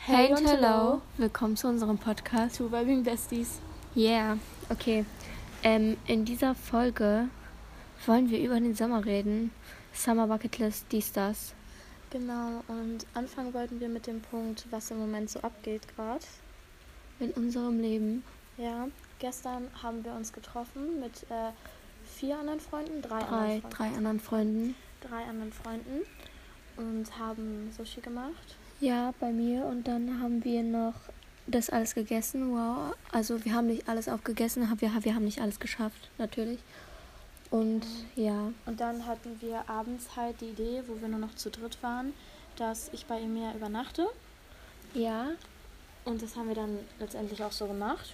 Hey und hello, willkommen zu unserem Podcast. Two Vibing Besties. Yeah, okay. In dieser Folge wollen wir über den Sommer reden. Summer Bucket List, dies, das. Genau, und anfangen wollten wir mit dem Punkt, was im Moment so abgeht gerade. In unserem Leben. Ja, gestern haben wir uns getroffen mit drei anderen Freunden. Drei anderen Freunden. Drei anderen Freunden und haben Sushi gemacht. Ja, bei mir. Und dann haben wir noch das alles gegessen. Wow. Also wir haben nicht alles aufgegessen, wir haben nicht alles geschafft, natürlich. Und ja. Und dann hatten wir abends halt die Idee, wo wir nur noch zu dritt waren, dass ich bei Emilia übernachte. Ja. Und das haben wir dann letztendlich auch so gemacht.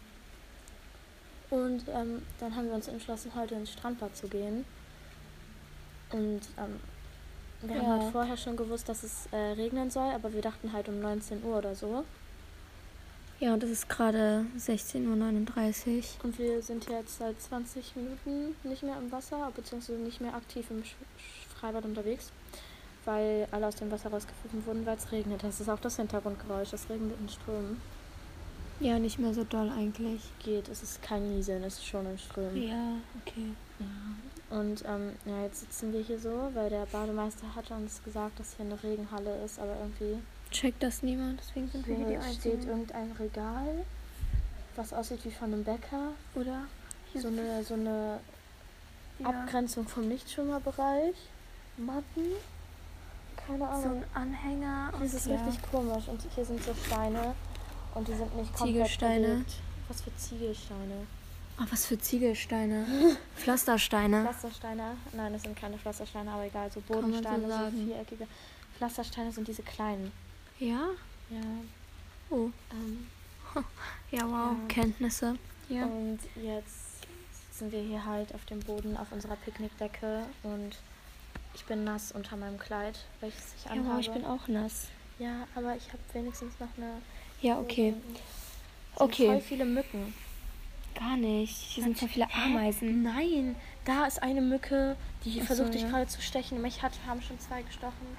Und dann haben wir uns entschlossen, heute ins Strandbad zu gehen. Und wir haben halt vorher schon gewusst, dass es regnen soll, aber wir dachten halt um 19 Uhr oder so. Ja, und es ist gerade 16:39 Uhr. Und wir sind jetzt seit 20 Minuten nicht mehr im Wasser, beziehungsweise nicht mehr aktiv im Freibad unterwegs, weil alle aus dem Wasser rausgepfiffen wurden, weil es regnet. Das ist auch das Hintergrundgeräusch, es regnet in Strömen. Ja, nicht mehr so doll eigentlich. Geht, es ist kein Nieseln, es ist schon in Strömen. Ja, okay. Ja. Und jetzt sitzen wir hier so, weil der Bademeister hat uns gesagt, dass hier eine Regenhalle ist, aber irgendwie checkt das niemand, deswegen sind wir hier die Einzigen. Steht irgendein Regal, was aussieht wie von einem Bäcker, oder? So eine Abgrenzung vom Lichtschwimmerbereich, Matten, keine Ahnung. So ein Anhänger. Das ist richtig komisch und hier sind so Steine und die sind nicht komplett Ziegelsteine. belegt. Was für Ziegelsteine? Ah, was für Ziegelsteine? Pflastersteine. Pflastersteine? Nein, das sind keine Pflastersteine, aber egal. So Bodensteine, so viereckige. Pflastersteine sind diese kleinen. Ja? Ja. Oh. Ja, wow. Ja. Kenntnisse. Ja. Und jetzt sitzen wir hier halt auf dem Boden auf unserer Picknickdecke und ich bin nass unter meinem Kleid, welches ich anhabe. Ja, wow, ich bin auch nass. Ja, aber ich habe wenigstens noch eine... Ja, okay. Okay. Voll viele Mücken. Gar nicht. Hier sind so viele Ameisen. Nein, da ist eine Mücke, die versucht dich gerade zu stechen. Mich haben schon 2 gestochen.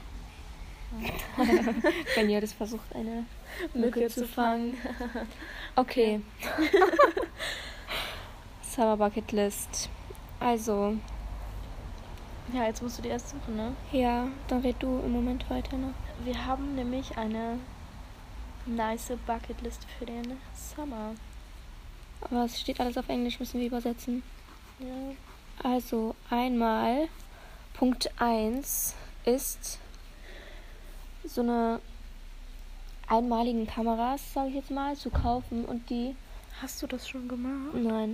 Wenn ihr das versucht, eine Mücke zu fangen. Okay. Summer Bucket List. Also. Ja, jetzt musst du die erst suchen, ne? Ja, dann red du im Moment weiter noch. Wir haben nämlich eine nice Bucketlist für den Sommer. Aber es steht alles auf Englisch, müssen wir übersetzen. Ja. Also, einmal Punkt 1 ist so eine einmaligen Kameras, sage ich jetzt mal, zu kaufen und die... Hast du das schon gemacht? Nein.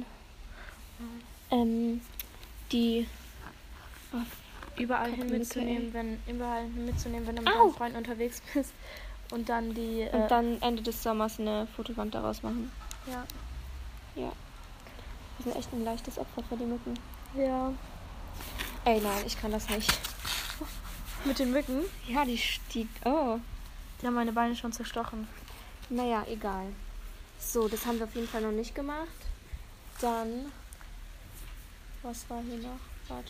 Die... Überall hin mitzunehmen, wenn du mit deinen Freunden unterwegs bist und dann und dann Ende des Sommers eine Fotowand daraus machen. Ja. Ja. Wir sind echt ein leichtes Opfer für die Mücken. Ja. Ey, nein, ich kann das nicht. Mit den Mücken? Ja, die haben meine Beine schon zerstochen. Naja, egal. So, das haben wir auf jeden Fall noch nicht gemacht. Dann, was war hier noch? Warte,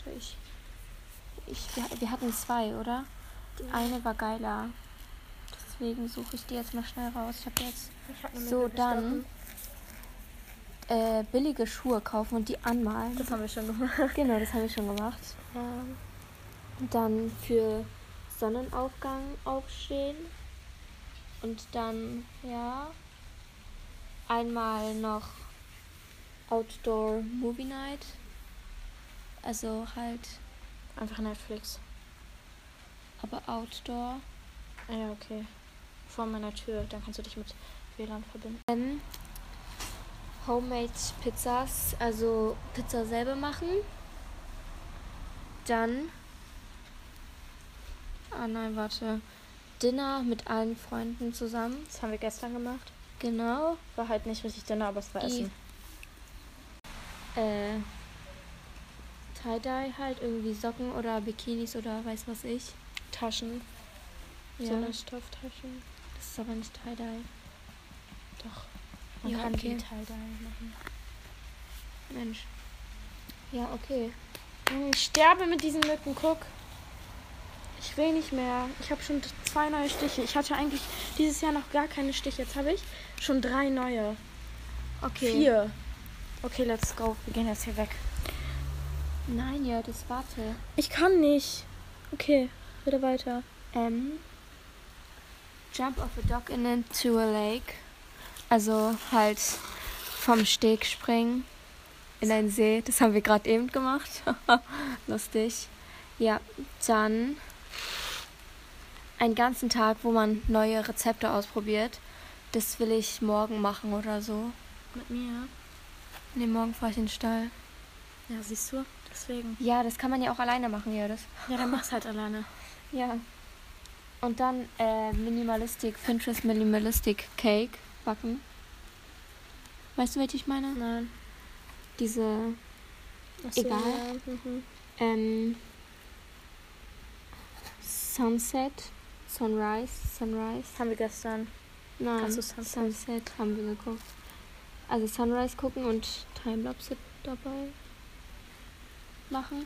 wir hatten 2, oder? Die eine war geiler. Deswegen suche ich die jetzt mal schnell raus. Ich habe jetzt so dann billige Schuhe kaufen und die anmalen. Das haben wir schon gemacht. Genau, das haben wir schon gemacht. Ja. Und dann für Sonnenaufgang aufstehen. Und dann, ja, einmal noch Outdoor Movie Night. Also halt... Einfach Netflix. Aber Outdoor. Ja, okay. Vor meiner Tür, dann kannst du dich mit WLAN verbinden. Homemade Pizzas, also Pizza selber machen. Dann... Dinner mit allen Freunden zusammen. Das haben wir gestern gemacht. Genau. War halt nicht richtig Dinner, aber es war Essen. Tie-Dye halt, irgendwie Socken oder Bikinis oder weiß was ich. Taschen. Ja. Sonderstofftaschen. Das ist aber nicht Tie-Dye. Doch. Man kann die Tie-Dye machen. Mensch. Ja, okay. Ich sterbe mit diesen Mücken, guck. Ich will nicht mehr. Ich habe schon 2 neue Stiche. Ich hatte eigentlich dieses Jahr noch gar keine Stiche. Jetzt habe ich schon 3 neue. Okay. 4. Okay, let's go. Wir gehen jetzt hier weg. Nein, ja, das warte. Ich kann nicht. Okay, wieder weiter. Jump off a dock into a lake. Also halt vom Steg springen in einen See. Das haben wir gerade eben gemacht. Lustig. Ja, dann einen ganzen Tag, wo man neue Rezepte ausprobiert. Das will ich morgen machen oder so. Mit mir? Ne, morgen fahre ich in den Stall. Ja, siehst du? Deswegen. Ja, das kann man ja auch alleine machen, ja. Das. Ja, dann mach's halt alleine. Ja. Und dann Pinterest Minimalistic Cake backen. Weißt du, welche ich meine? Nein. Diese, Achso, egal. Ja. Sunset, Sunrise. Haben wir gestern. Nein, Ach so, Sunset. Sunset haben wir geguckt. Also Sunrise gucken und Timelapse dabei machen.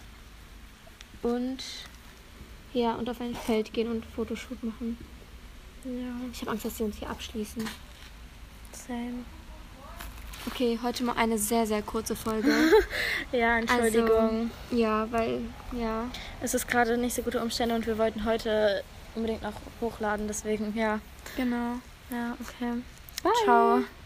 Und ja, und auf ein Feld gehen und Fotoshoot machen. Ja. Ich habe Angst, dass sie uns hier abschließen. Same. Okay, heute mal eine sehr, sehr kurze Folge. Ja, Entschuldigung. Also, ja, weil, ja. Es ist gerade nicht so gute Umstände und wir wollten heute unbedingt noch hochladen, deswegen, ja. Genau. Ja, okay. Bye. Ciao.